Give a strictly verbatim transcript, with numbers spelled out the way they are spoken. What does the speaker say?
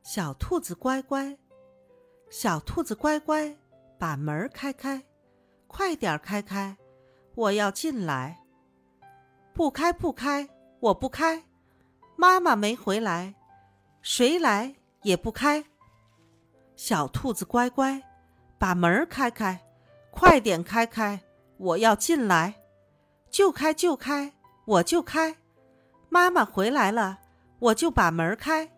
小兔子乖乖，小兔子乖乖，把门开开，快点开开，我要进来。不开不开，我不开，妈妈没回来，谁来也不开。小兔子乖乖，把门开开，快点开开，我要进来。就开就开，我就开，妈妈回来了，我就把门开。